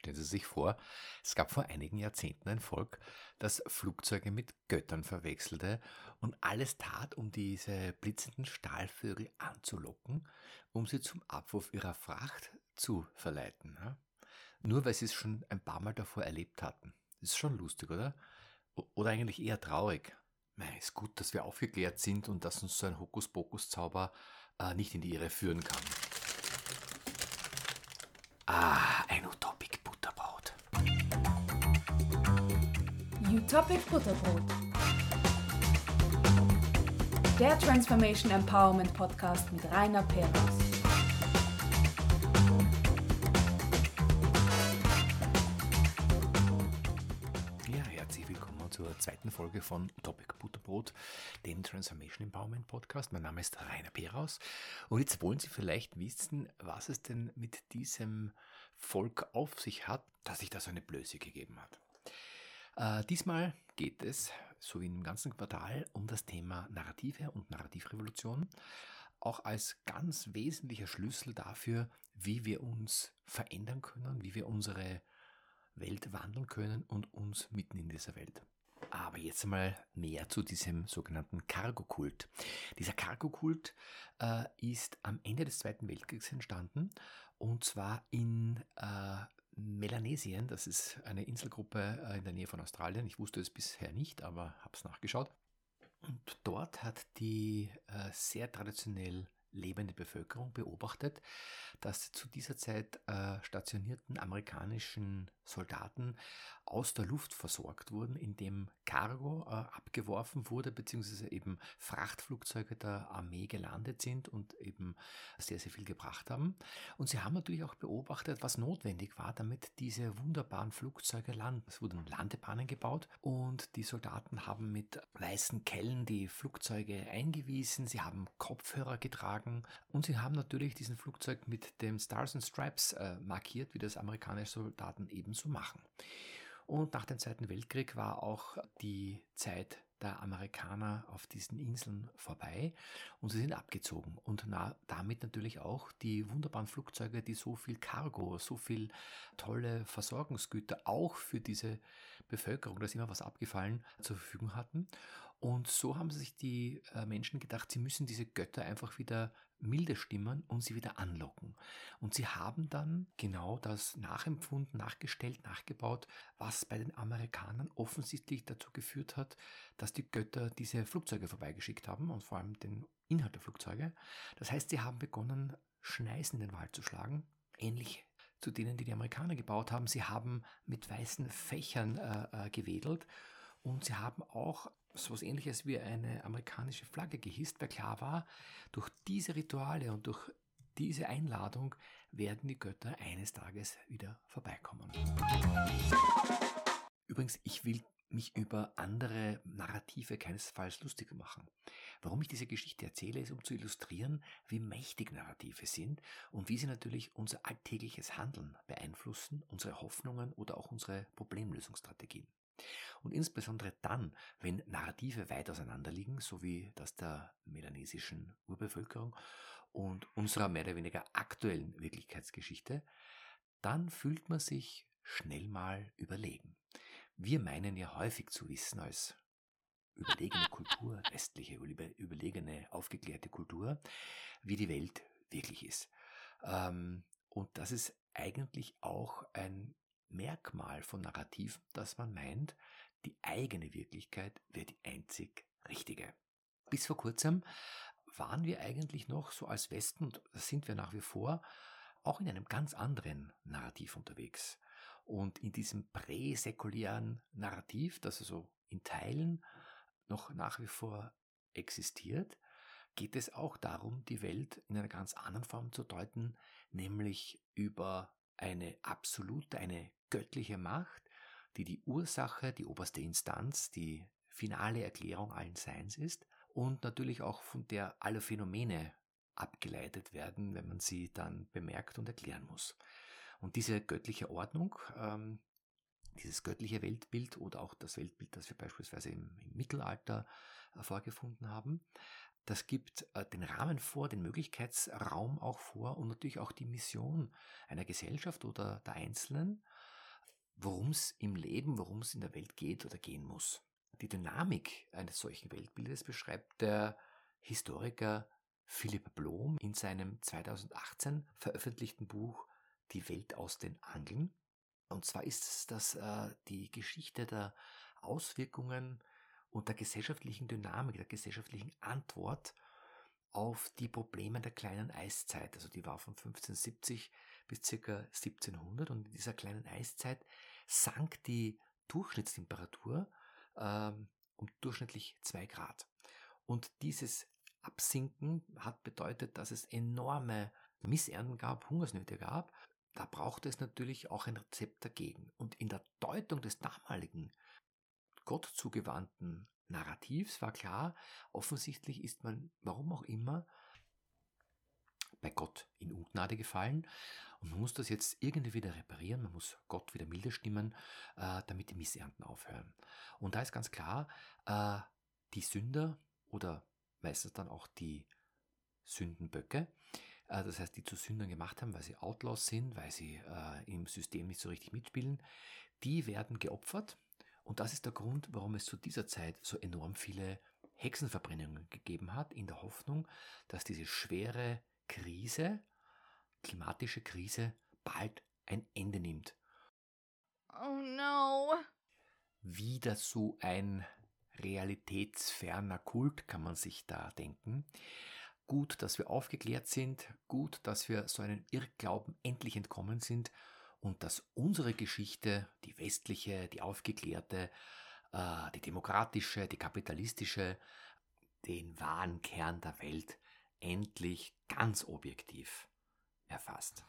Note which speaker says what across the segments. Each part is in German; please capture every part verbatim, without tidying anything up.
Speaker 1: Stellen Sie sich vor, es gab vor einigen Jahrzehnten ein Volk, das Flugzeuge mit Göttern verwechselte und alles tat, um diese blitzenden Stahlvögel anzulocken, um sie zum Abwurf ihrer Fracht zu verleiten. Ja? Nur weil sie es schon ein paar Mal davor erlebt hatten. Das ist schon lustig, oder? O- Oder eigentlich eher traurig. Mei, ist gut, dass wir aufgeklärt sind und dass uns so ein Hokuspokus-Zauber äh, nicht in die Irre führen kann. Ah, ein Utopic Butterbrot.
Speaker 2: Utopic Butterbrot. Der Transformation Empowerment Podcast mit Rainer Perus.
Speaker 1: Ja, herzlich willkommen zur zweiten Folge von Utopic Butterbrot, dem Transformation Empowerment Podcast. Mein Name ist Rainer Perus und jetzt wollen Sie vielleicht wissen, was es denn mit diesem Volk auf sich hat, dass sich da so eine Blöße gegeben hat. Äh, diesmal geht es, so wie im ganzen Quartal, um das Thema Narrative und Narrativrevolution, auch als ganz wesentlicher Schlüssel dafür, wie wir uns verändern können, wie wir unsere Welt wandeln können und uns mitten in dieser Welt. Aber jetzt einmal mehr zu diesem sogenannten Cargo-Kult. Dieser Cargo-Kult äh, ist am Ende des Zweiten Weltkriegs entstanden und zwar in äh, Melanesien, das ist eine Inselgruppe äh, in der Nähe von Australien. Ich wusste es bisher nicht, aber habe es nachgeschaut. Und dort hat die äh, sehr traditionell lebende Bevölkerung beobachtet, dass zu dieser Zeit äh, stationierten amerikanischen Soldaten aus der Luft versorgt wurden, indem Cargo äh, abgeworfen wurde, beziehungsweise eben Frachtflugzeuge der Armee gelandet sind und eben sehr, sehr viel gebracht haben. Und sie haben natürlich auch beobachtet, was notwendig war, damit diese wunderbaren Flugzeuge landen. Es wurden Landebahnen gebaut und die Soldaten haben mit weißen Kellen die Flugzeuge eingewiesen, sie haben Kopfhörer getragen und sie haben natürlich diesen Flugzeug mit dem Stars and Stripes äh, markiert, wie das amerikanische Soldaten ebenso machen. Und nach dem Zweiten Weltkrieg war auch die Zeit der Amerikaner auf diesen Inseln vorbei und sie sind abgezogen. Und na, damit natürlich auch die wunderbaren Flugzeuge, die so viel Cargo, so viel tolle Versorgungsgüter auch für diese Bevölkerung, da ist immer was abgefallen, zur Verfügung hatten. Und so haben sich die äh, Menschen gedacht, sie müssen diese Götter einfach wieder milde stimmen und sie wieder anlocken. Und sie haben dann genau das nachempfunden, nachgestellt, nachgebaut, was bei den Amerikanern offensichtlich dazu geführt hat, dass die Götter diese Flugzeuge vorbeigeschickt haben und vor allem den Inhalt der Flugzeuge. Das heißt, sie haben begonnen, Schneisen in den Wald zu schlagen, ähnlich zu denen, die die Amerikaner gebaut haben. Sie haben mit weißen Fächern äh, äh, gewedelt und sie haben auch so etwas Ähnliches wie eine amerikanische Flagge gehisst, weil klar war, durch diese Rituale und durch diese Einladung werden die Götter eines Tages wieder vorbeikommen. Übrigens, ich will mich über andere Narrative keinesfalls lustig machen. Warum ich diese Geschichte erzähle, ist, um zu illustrieren, wie mächtig Narrative sind und wie sie natürlich unser alltägliches Handeln beeinflussen, unsere Hoffnungen oder auch unsere Problemlösungsstrategien. Und insbesondere dann, wenn Narrative weit auseinander liegen, so wie das der melanesischen Urbevölkerung und unserer mehr oder weniger aktuellen Wirklichkeitsgeschichte, dann fühlt man sich schnell mal überlegen. Wir meinen ja häufig zu wissen als überlegene Kultur, westliche, überlegene, aufgeklärte Kultur, wie die Welt wirklich ist. Und das ist eigentlich auch ein Merkmal von Narrativen, dass man meint, die eigene Wirklichkeit wäre die einzig richtige. Bis vor kurzem waren wir eigentlich noch so als Westen, und das sind wir nach wie vor, auch in einem ganz anderen Narrativ unterwegs. Und in diesem präsäkulären Narrativ, das also in Teilen noch nach wie vor existiert, geht es auch darum, die Welt in einer ganz anderen Form zu deuten, nämlich über eine absolute, eine göttliche Macht, die die Ursache, die oberste Instanz, die finale Erklärung allen Seins ist und natürlich auch von der alle Phänomene abgeleitet werden, wenn man sie dann bemerkt und erklären muss. Und diese göttliche Ordnung, ähm, dieses göttliche Weltbild oder auch das Weltbild, das wir beispielsweise im, im Mittelalter äh, vorgefunden haben, das gibt äh, den Rahmen vor, den Möglichkeitsraum auch vor und natürlich auch die Mission einer Gesellschaft oder der Einzelnen, worum es im Leben, worum es in der Welt geht oder gehen muss. Die Dynamik eines solchen Weltbildes beschreibt der Historiker Philipp Blom in seinem zweitausendachtzehn veröffentlichten Buch Die Welt aus den Angeln. Und zwar ist das äh, die Geschichte der Auswirkungen und der gesellschaftlichen Dynamik, der gesellschaftlichen Antwort auf die Probleme der kleinen Eiszeit. Also die war von fünfzehnhundertsiebzig bis ca. siebzehnhundert, und in dieser kleinen Eiszeit sank die Durchschnittstemperatur ähm, um durchschnittlich zwei Grad. Und dieses Absinken hat bedeutet, dass es enorme Missernten gab, Hungersnöte gab. Da brauchte es natürlich auch ein Rezept dagegen. Und in der Deutung des damaligen Gott zugewandten Narrativs war klar, offensichtlich ist man, warum auch immer, bei Gott in Ungnade gefallen, und man muss das jetzt irgendwie wieder reparieren, man muss Gott wieder milde stimmen, äh, damit die Missernten aufhören. Und da ist ganz klar, äh, die Sünder oder meistens dann auch die Sündenböcke, äh, das heißt, die zu Sündern gemacht haben, weil sie Outlaws sind, weil sie äh, im System nicht so richtig mitspielen, die werden geopfert. Und das ist der Grund, warum es zu dieser Zeit so enorm viele Hexenverbrennungen gegeben hat, in der Hoffnung, dass diese schwere Krise, klimatische Krise, bald ein Ende nimmt.
Speaker 3: Oh no.
Speaker 1: Wieder so ein realitätsferner Kult, kann man sich da denken. Gut, dass wir aufgeklärt sind, gut, dass wir so einen Irrglauben endlich entkommen sind und dass unsere Geschichte, die westliche, die aufgeklärte, äh, die demokratische, die kapitalistische, den wahren Kern der Welt endlich ganz objektiv erfasst.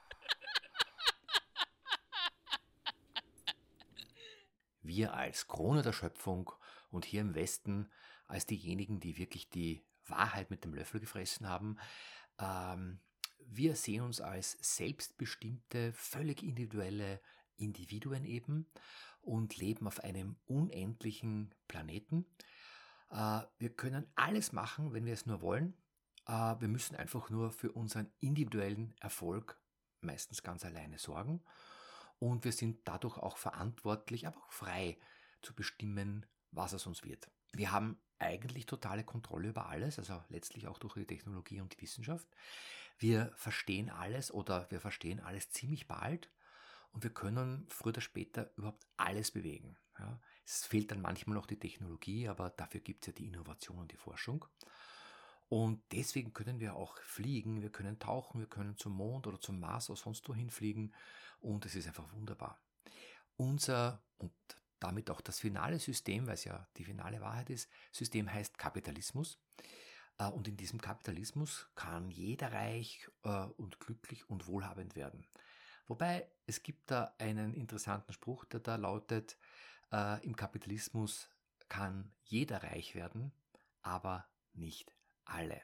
Speaker 1: Wir als Krone der Schöpfung und hier im Westen als diejenigen, die wirklich die Wahrheit mit dem Löffel gefressen haben, ähm, wir sehen uns als selbstbestimmte, völlig individuelle Individuen eben und leben auf einem unendlichen Planeten. Äh, wir können alles machen, wenn wir es nur wollen. Äh, wir müssen einfach nur für unseren individuellen Erfolg meistens ganz alleine sorgen. Und wir sind dadurch auch verantwortlich, aber auch frei zu bestimmen, was aus uns wird. Wir haben eigentlich totale Kontrolle über alles, also letztlich auch durch die Technologie und die Wissenschaft. Wir verstehen alles oder wir verstehen alles ziemlich bald und wir können früher oder später überhaupt alles bewegen. Ja, es fehlt dann manchmal noch die Technologie, aber dafür gibt es ja die Innovation und die Forschung. Und deswegen können wir auch fliegen, wir können tauchen, wir können zum Mond oder zum Mars oder sonst wohin fliegen und es ist einfach wunderbar. Unser, und damit auch das finale System, weil es ja die finale Wahrheit ist, System heißt Kapitalismus. Und in diesem Kapitalismus kann jeder reich und glücklich und wohlhabend werden. Wobei, es gibt da einen interessanten Spruch, der da lautet, im Kapitalismus kann jeder reich werden, aber nicht alle.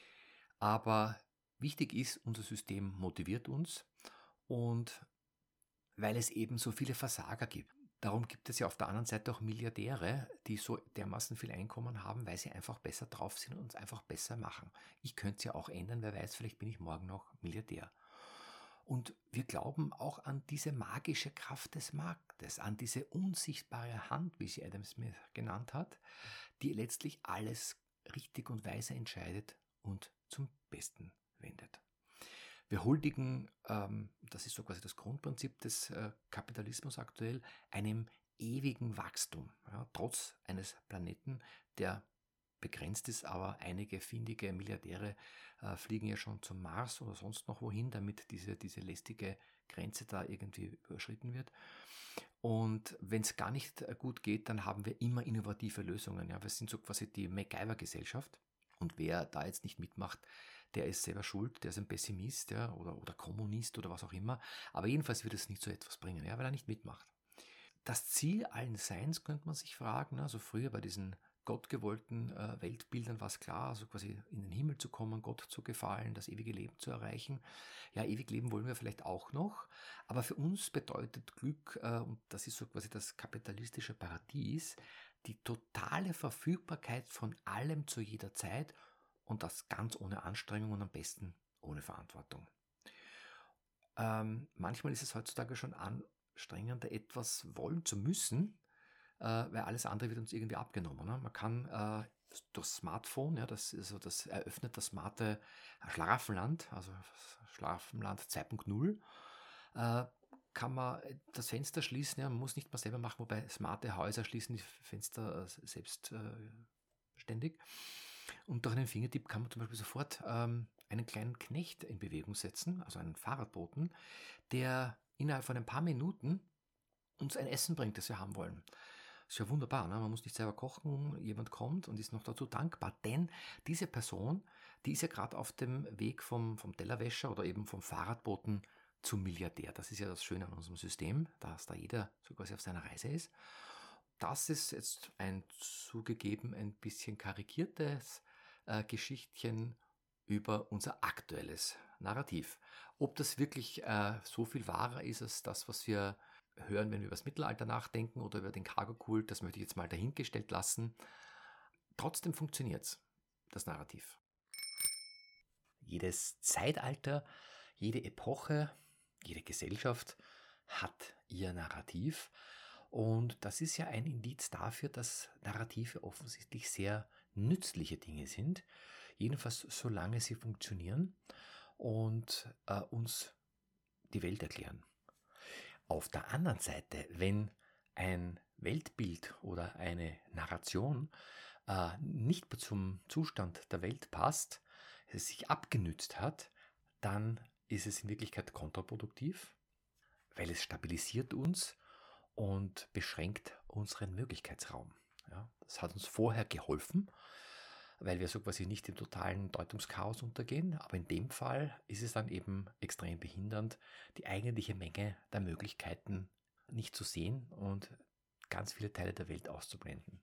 Speaker 1: Aber wichtig ist, unser System motiviert uns, und weil es eben so viele Versager gibt. Darum gibt es ja auf der anderen Seite auch Milliardäre, die so dermaßen viel Einkommen haben, weil sie einfach besser drauf sind und es einfach besser machen. Ich könnte es ja auch ändern, wer weiß, vielleicht bin ich morgen noch Milliardär. Und wir glauben auch an diese magische Kraft des Marktes, an diese unsichtbare Hand, wie sie Adam Smith genannt hat, die letztlich alles richtig und weise entscheidet und zum Besten wendet. Wir huldigen, ähm, das ist so quasi das Grundprinzip des äh, Kapitalismus aktuell, einem ewigen Wachstum, ja, trotz eines Planeten, der begrenzt ist, aber einige findige Milliardäre äh, fliegen ja schon zum Mars oder sonst noch wohin, damit diese, diese lästige Grenze da irgendwie überschritten wird. Und wenn es gar nicht gut geht, dann haben wir immer innovative Lösungen. Ja. Wir sind so quasi die MacGyver-Gesellschaft, und wer da jetzt nicht mitmacht, der ist selber schuld, der ist ein Pessimist, ja, oder, oder Kommunist oder was auch immer. Aber jedenfalls wird es nicht so etwas bringen, ja, weil er nicht mitmacht. Das Ziel allen Seins, könnte man sich fragen, also früher bei diesen gottgewollten äh, Weltbildern war es klar, also quasi in den Himmel zu kommen, Gott zu gefallen, das ewige Leben zu erreichen. Ja, ewig leben wollen wir vielleicht auch noch, aber für uns bedeutet Glück, äh, und das ist so quasi das kapitalistische Paradies, die totale Verfügbarkeit von allem zu jeder Zeit, und das ganz ohne Anstrengung und am besten ohne Verantwortung. Ähm, manchmal ist es heutzutage schon an, anstrengender, etwas wollen zu müssen, äh, weil alles andere wird uns irgendwie abgenommen. Ne? Man kann äh, durch Smartphone, ja, das, also das eröffnet das smarte Schlafenland, also Schlafenland zwei Punkt null, äh, kann man das Fenster schließen, ja, man muss nicht mal selber machen, wobei smarte Häuser schließen die Fenster äh, selbstständig. Und durch einen Fingertipp kann man zum Beispiel sofort ähm, einen kleinen Knecht in Bewegung setzen, also einen Fahrradboten, der innerhalb von ein paar Minuten uns ein Essen bringt, das wir haben wollen. Das ist ja wunderbar, ne? Man muss nicht selber kochen, jemand kommt und ist noch dazu dankbar, denn diese Person, die ist ja gerade auf dem Weg vom, vom Tellerwäscher oder eben vom Fahrradboten zum Milliardär. Das ist ja das Schöne an unserem System, dass da jeder so quasi auf seiner Reise ist. Das ist jetzt ein zugegeben ein bisschen karikiertes äh, Geschichtchen über unser aktuelles Narrativ. Ob das wirklich äh, so viel wahrer ist als das, was wir hören, wenn wir über das Mittelalter nachdenken oder über den Cargo-Kult, das möchte ich jetzt mal dahingestellt lassen. Trotzdem funktioniert es, das Narrativ. Jedes Zeitalter, jede Epoche, jede Gesellschaft hat ihr Narrativ. Und das ist ja ein Indiz dafür, dass Narrative offensichtlich sehr nützliche Dinge sind. Jedenfalls solange sie funktionieren und äh, uns die Welt erklären. Auf der anderen Seite, wenn ein Weltbild oder eine Narration äh, nicht mehr zum Zustand der Welt passt, es sich abgenützt hat, dann ist es in Wirklichkeit kontraproduktiv, weil es stabilisiert uns und beschränkt unseren Möglichkeitsraum. Ja, das hat uns vorher geholfen, weil wir so quasi nicht im totalen Deutungschaos untergehen, aber in dem Fall ist es dann eben extrem behindernd, die eigentliche Menge der Möglichkeiten nicht zu sehen und ganz viele Teile der Welt auszublenden.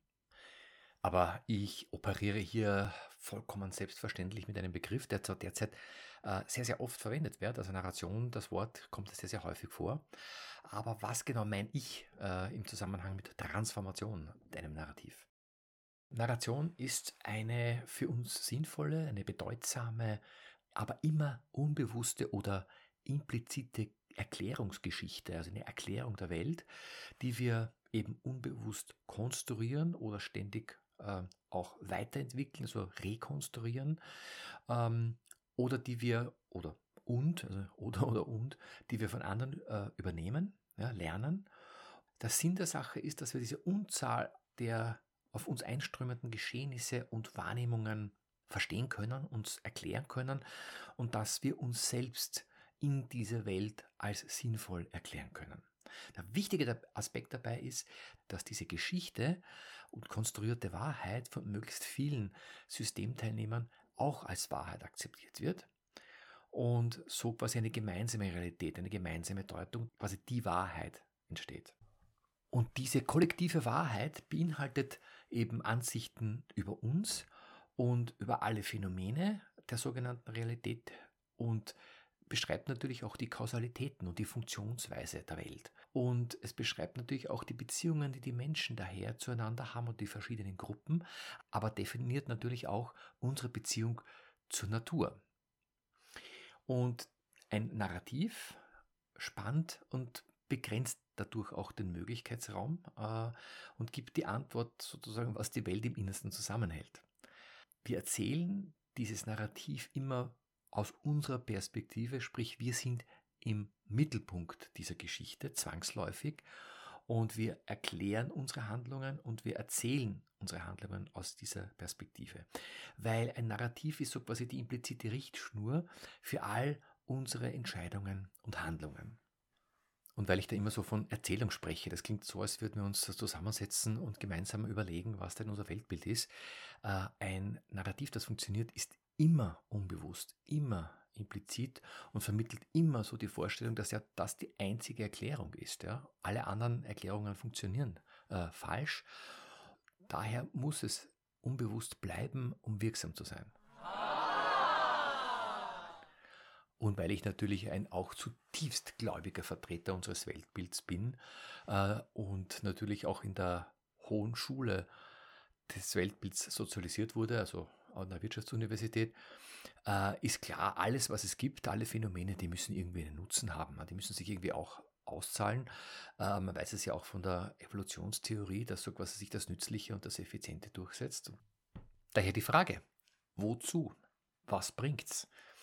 Speaker 1: Aber ich operiere hier vollkommen selbstverständlich mit einem Begriff, der zur derzeit äh, sehr, sehr oft verwendet wird. Also Narration, das Wort kommt sehr, sehr häufig vor. Aber was genau meine ich äh, im Zusammenhang mit Transformation einem Narrativ? Narration ist eine für uns sinnvolle, eine bedeutsame, aber immer unbewusste oder implizite Erklärungsgeschichte, also eine Erklärung der Welt, die wir eben unbewusst konstruieren oder ständig äh, auch weiterentwickeln, also rekonstruieren, ähm, oder die wir, oder und, also oder oder und, die wir von anderen äh, übernehmen, ja, lernen. Der Sinn der Sache ist, dass wir diese Unzahl der auf uns einströmenden Geschehnisse und Wahrnehmungen verstehen können, uns erklären können und dass wir uns selbst in dieser Welt als sinnvoll erklären können. Der wichtige Aspekt dabei ist, dass diese Geschichte und konstruierte Wahrheit von möglichst vielen Systemteilnehmern auch als Wahrheit akzeptiert wird und so quasi eine gemeinsame Realität, eine gemeinsame Deutung, quasi die Wahrheit entsteht. Und diese kollektive Wahrheit beinhaltet eben Ansichten über uns und über alle Phänomene der sogenannten Realität und beschreibt natürlich auch die Kausalitäten und die Funktionsweise der Welt. Und es beschreibt natürlich auch die Beziehungen, die die Menschen daher zueinander haben und die verschiedenen Gruppen, aber definiert natürlich auch unsere Beziehung zur Natur. Und ein Narrativ spannt und begrenzt dadurch auch den Möglichkeitsraum äh, und gibt die Antwort sozusagen, was die Welt im Innersten zusammenhält. Wir erzählen dieses Narrativ immer aus unserer Perspektive, sprich wir sind im Mittelpunkt dieser Geschichte zwangsläufig und wir erklären unsere Handlungen und wir erzählen unsere Handlungen aus dieser Perspektive. Weil ein Narrativ ist so quasi die implizite Richtschnur für all unsere Entscheidungen und Handlungen. Und weil ich da immer so von Erzählung spreche, das klingt so, als würden wir uns zusammensetzen und gemeinsam überlegen, was denn unser Weltbild ist. Äh, ein Narrativ, das funktioniert, ist immer unbewusst, immer implizit und vermittelt immer so die Vorstellung, dass ja das die einzige Erklärung ist. Ja? Alle anderen Erklärungen funktionieren äh, falsch. Daher muss es unbewusst bleiben, um wirksam zu sein. Und weil ich natürlich ein auch zutiefst gläubiger Vertreter unseres Weltbilds bin äh, und natürlich auch in der hohen Schule des Weltbilds sozialisiert wurde, also an der Wirtschaftsuniversität, äh, ist klar, alles, was es gibt, alle Phänomene, die müssen irgendwie einen Nutzen haben. Die müssen sich irgendwie auch auszahlen. Äh, man weiß es ja auch von der Evolutionstheorie, dass so quasi sich das Nützliche und das Effiziente durchsetzt. Daher die Frage, wozu? Was bringt's?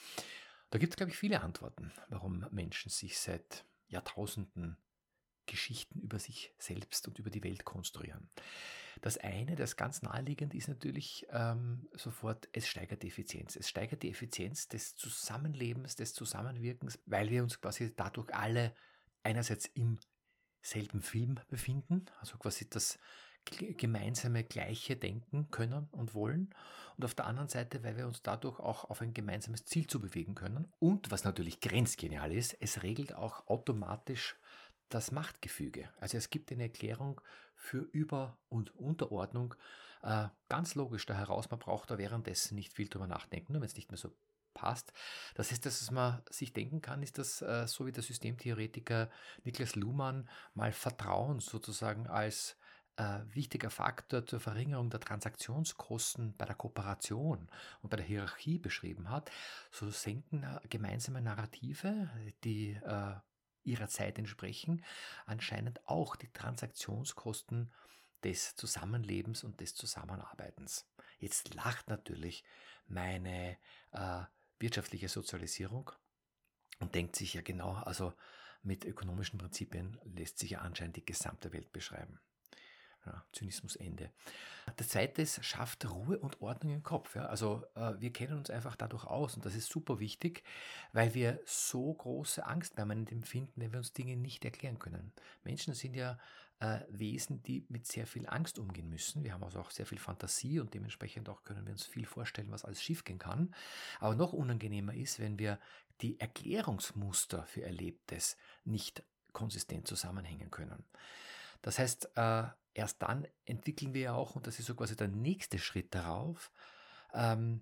Speaker 1: Da gibt es, glaube ich, viele Antworten, warum Menschen sich seit Jahrtausenden Geschichten über sich selbst und über die Welt konstruieren. Das eine, das ganz naheliegend ist natürlich ähm, sofort, es steigert die Effizienz. Es steigert die Effizienz des Zusammenlebens, des Zusammenwirkens, weil wir uns quasi dadurch alle einerseits im selben Film befinden, also quasi das gemeinsame Gleiche denken können und wollen, und auf der anderen Seite, weil wir uns dadurch auch auf ein gemeinsames Ziel zu bewegen können, und was natürlich grenzgenial ist, es regelt auch automatisch das Machtgefüge. Also es gibt eine Erklärung für Über- und Unterordnung. Äh, ganz logisch da heraus, man braucht da währenddessen nicht viel drüber nachdenken, nur wenn es nicht mehr so passt. Das heißt, dass man sich denken kann, ist das äh, so wie der Systemtheoretiker Niklas Luhmann mal Vertrauen sozusagen als äh, wichtiger Faktor zur Verringerung der Transaktionskosten bei der Kooperation und bei der Hierarchie beschrieben hat. So senken äh, gemeinsame Narrative, die äh, ihrer Zeit entsprechen, anscheinend auch die Transaktionskosten des Zusammenlebens und des Zusammenarbeitens. Jetzt lacht natürlich meine äh, wirtschaftliche Sozialisierung und denkt sich ja genau, also mit ökonomischen Prinzipien lässt sich ja anscheinend die gesamte Welt beschreiben. Ja, Zynismus Ende. Das zweite ist, schafft Ruhe und Ordnung im Kopf. Ja? Also äh, wir kennen uns einfach dadurch aus, und das ist super wichtig, weil wir so große Angst permanent empfinden, wenn wir uns Dinge nicht erklären können. Menschen sind ja äh, Wesen, die mit sehr viel Angst umgehen müssen. Wir haben also auch sehr viel Fantasie, und dementsprechend auch können wir uns viel vorstellen, was alles schiefgehen kann. Aber noch unangenehmer ist, wenn wir die Erklärungsmuster für Erlebtes nicht konsistent zusammenhängen können. Das heißt, äh, erst dann entwickeln wir ja auch, und das ist so quasi der nächste Schritt darauf, ähm,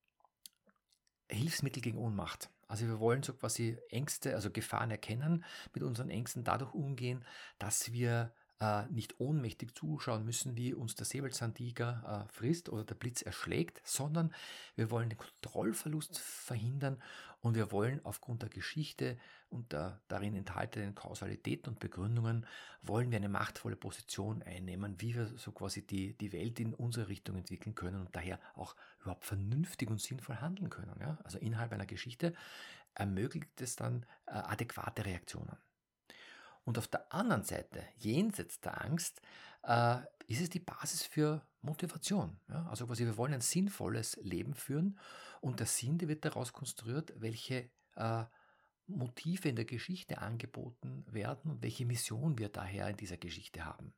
Speaker 1: Hilfsmittel gegen Ohnmacht. Also wir wollen so quasi Ängste, also Gefahren erkennen, mit unseren Ängsten dadurch umgehen, dass wir äh, nicht ohnmächtig zuschauen müssen, wie uns der Säbelzahntiger äh, frisst oder der Blitz erschlägt, sondern wir wollen den Kontrollverlust verhindern, und wir wollen aufgrund der Geschichte und der darin enthaltenen Kausalitäten und Begründungen, wollen wir eine machtvolle Position einnehmen, wie wir so quasi die, die Welt in unsere Richtung entwickeln können und daher auch überhaupt vernünftig und sinnvoll handeln können. Ja? Also innerhalb einer Geschichte ermöglicht es dann äh, adäquate Reaktionen. Und auf der anderen Seite, jenseits der Angst, äh, ist es die Basis für Motivation. Ja? Also quasi, wir wollen ein sinnvolles Leben führen, und der Sinn, der wird daraus konstruiert, welche äh, Motive in der Geschichte angeboten werden und welche Mission wir daher in dieser Geschichte haben.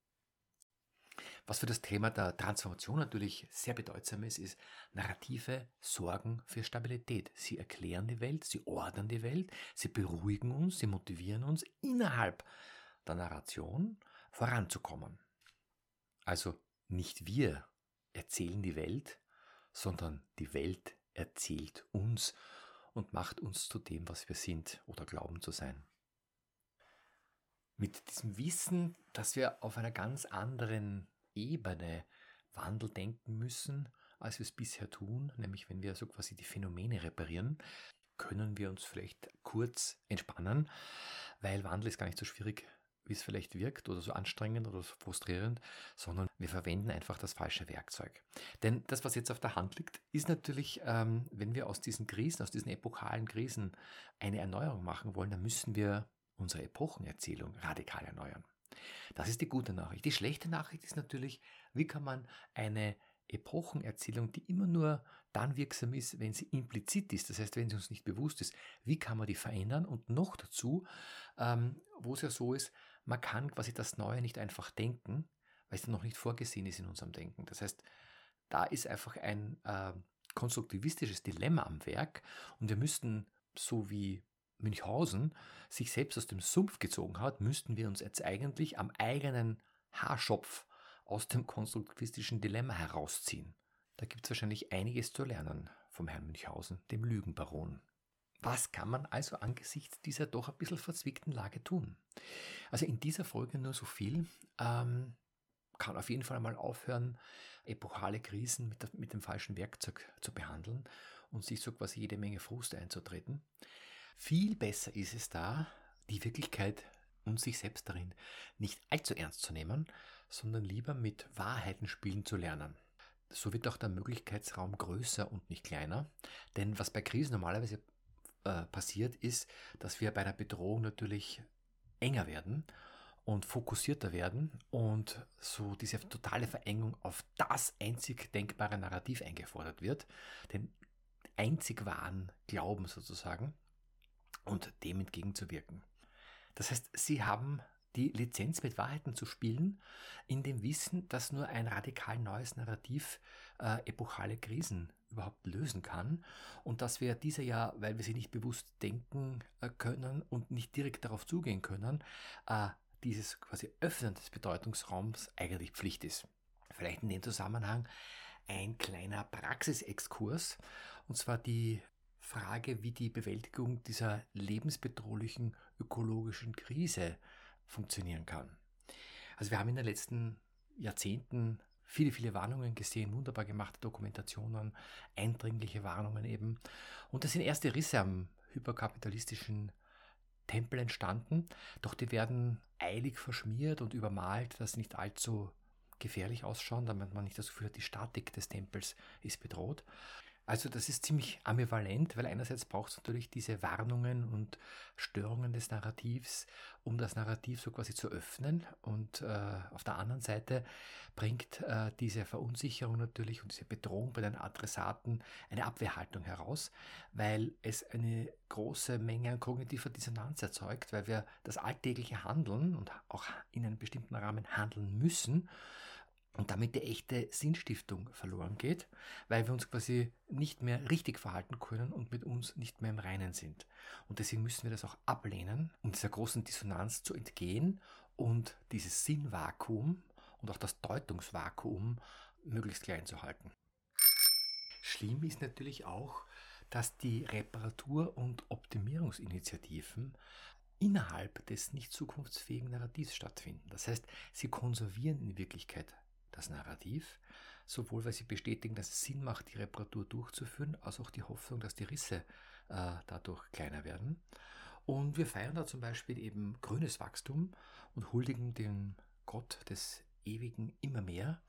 Speaker 1: Was für das Thema der Transformation natürlich sehr bedeutsam ist, ist, Narrative sorgen für Stabilität. Sie erklären die Welt, sie ordnen die Welt, sie beruhigen uns, sie motivieren uns, innerhalb der Narration voranzukommen. Also nicht wir erzählen die Welt, sondern die Welt erzählt uns und macht uns zu dem, was wir sind oder glauben zu sein. Mit diesem Wissen, dass wir auf einer ganz anderen Ebene Wandel denken müssen, als wir es bisher tun, nämlich wenn wir so quasi die Phänomene reparieren, können wir uns vielleicht kurz entspannen, weil Wandel ist gar nicht so schwierig, wie es vielleicht wirkt, oder so anstrengend oder so frustrierend, sondern wir verwenden einfach das falsche Werkzeug. Denn das, was jetzt auf der Hand liegt, ist natürlich, ähm, wenn wir aus diesen Krisen, aus diesen epochalen Krisen eine Erneuerung machen wollen, dann müssen wir unsere Epochenerzählung radikal erneuern. Das ist die gute Nachricht. Die schlechte Nachricht ist natürlich, wie kann man eine Epochenerzählung, die immer nur dann wirksam ist, wenn sie implizit ist, das heißt, wenn sie uns nicht bewusst ist, wie kann man die verändern? Und noch dazu, ähm, wo es ja so ist, man kann quasi das Neue nicht einfach denken, weil es noch nicht vorgesehen ist in unserem Denken. Das heißt, da ist einfach ein äh, konstruktivistisches Dilemma am Werk, und wir müssten, so wie Münchhausen sich selbst aus dem Sumpf gezogen hat, müssten wir uns jetzt eigentlich am eigenen Haarschopf aus dem konstruktivistischen Dilemma herausziehen. Da gibt es wahrscheinlich einiges zu lernen vom Herrn Münchhausen, dem Lügenbaron. Was kann man also angesichts dieser doch ein bisschen verzwickten Lage tun? Also in dieser Folge nur so viel. Ähm, kann auf jeden Fall einmal aufhören, epochale Krisen mit, mit dem falschen Werkzeug zu behandeln und sich so quasi jede Menge Frust einzutreten. Viel besser ist es da, die Wirklichkeit und sich selbst darin nicht allzu ernst zu nehmen, sondern lieber mit Wahrheiten spielen zu lernen. So wird auch der Möglichkeitsraum größer und nicht kleiner, denn was bei Krisen normalerweise äh, passiert, ist, dass wir bei einer Bedrohung natürlich enger werden und fokussierter werden und so diese totale Verengung auf das einzig denkbare Narrativ eingefordert wird, den einzig wahren Glauben sozusagen, und dem entgegenzuwirken. Das heißt, sie haben die Lizenz, mit Wahrheiten zu spielen, in dem Wissen, dass nur ein radikal neues Narrativ äh, epochale Krisen überhaupt lösen kann und dass wir diese ja, weil wir sie nicht bewusst denken äh, können und nicht direkt darauf zugehen können, äh, dieses quasi Öffnen des Bedeutungsraums eigentlich Pflicht ist. Vielleicht in dem Zusammenhang ein kleiner Praxisexkurs, und zwar die Frage, wie die Bewältigung dieser lebensbedrohlichen ökologischen Krise funktionieren kann. Also wir haben in den letzten Jahrzehnten viele, viele Warnungen gesehen, wunderbar gemachte Dokumentationen, eindringliche Warnungen eben. Und es sind erste Risse am hyperkapitalistischen Tempel entstanden, doch die werden eilig verschmiert und übermalt, dass sie nicht allzu gefährlich ausschauen, damit man nicht das Gefühl hat, die Statik des Tempels ist bedroht. Also das ist ziemlich ambivalent, weil einerseits braucht es natürlich diese Warnungen und Störungen des Narrativs, um das Narrativ so quasi zu öffnen, und äh, auf der anderen Seite bringt äh, diese Verunsicherung natürlich und diese Bedrohung bei den Adressaten eine Abwehrhaltung heraus, weil es eine große Menge an kognitiver Dissonanz erzeugt, weil wir das alltägliche Handeln und auch in einem bestimmten Rahmen handeln müssen, und damit die echte Sinnstiftung verloren geht, weil wir uns quasi nicht mehr richtig verhalten können und mit uns nicht mehr im Reinen sind. Und deswegen müssen wir das auch ablehnen, um dieser großen Dissonanz zu entgehen und dieses Sinnvakuum und auch das Deutungsvakuum möglichst klein zu halten. Schlimm ist natürlich auch, dass die Reparatur- und Optimierungsinitiativen innerhalb des nicht zukunftsfähigen Narrativs stattfinden. Das heißt, sie konservieren in Wirklichkeit das Narrativ, sowohl weil sie bestätigen, dass es Sinn macht, die Reparatur durchzuführen, als auch die Hoffnung, dass die Risse äh, dadurch kleiner werden. Und wir feiern da zum Beispiel eben grünes Wachstum und huldigen den Gott des Ewigen immer mehr.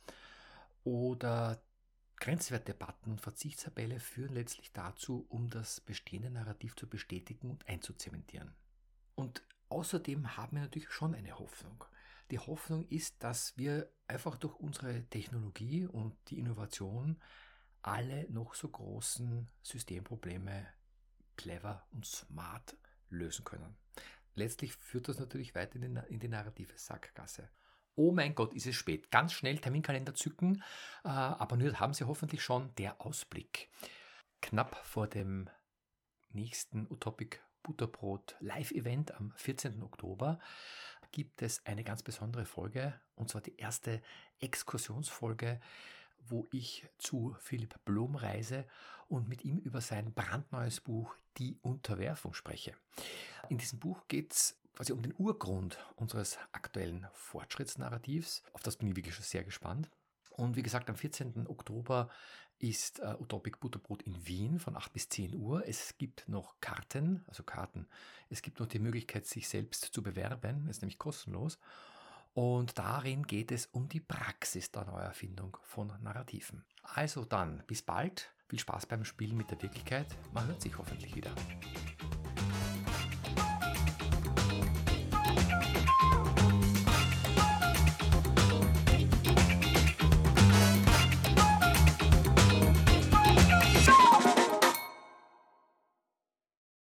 Speaker 1: Oder Grenzwertdebatten und Verzichtstabelle führen letztlich dazu, um das bestehende Narrativ zu bestätigen und einzuzementieren. Und außerdem haben wir natürlich schon eine Hoffnung. Die Hoffnung ist, dass wir einfach durch unsere Technologie und die Innovation alle noch so großen Systemprobleme clever und smart lösen können. Letztlich führt das natürlich weiter in die, in die narrative Sackgasse. Oh mein Gott, ist es spät. Ganz schnell Terminkalender zücken, äh, abonniert haben Sie hoffentlich schon. Der Ausblick. Knapp vor dem nächsten Utopic Butterbrot Live-Event am vierzehnten Oktober gibt es eine ganz besondere Folge, und zwar die erste Exkursionsfolge, wo ich zu Philipp Blom reise und mit ihm über sein brandneues Buch Die Unterwerfung spreche. In diesem Buch geht es quasi um den Urgrund unseres aktuellen Fortschrittsnarrativs. Auf das bin ich wirklich schon sehr gespannt. Und wie gesagt, am vierzehnten Oktober ist äh, Utopic Butterbrot in Wien von acht bis zehn Uhr. Es gibt noch Karten, also Karten. Es gibt noch die Möglichkeit, sich selbst zu bewerben. Das ist nämlich kostenlos. Und darin geht es um die Praxis der Neuerfindung von Narrativen. Also dann, bis bald. Viel Spaß beim Spielen mit der Wirklichkeit. Man hört sich hoffentlich wieder.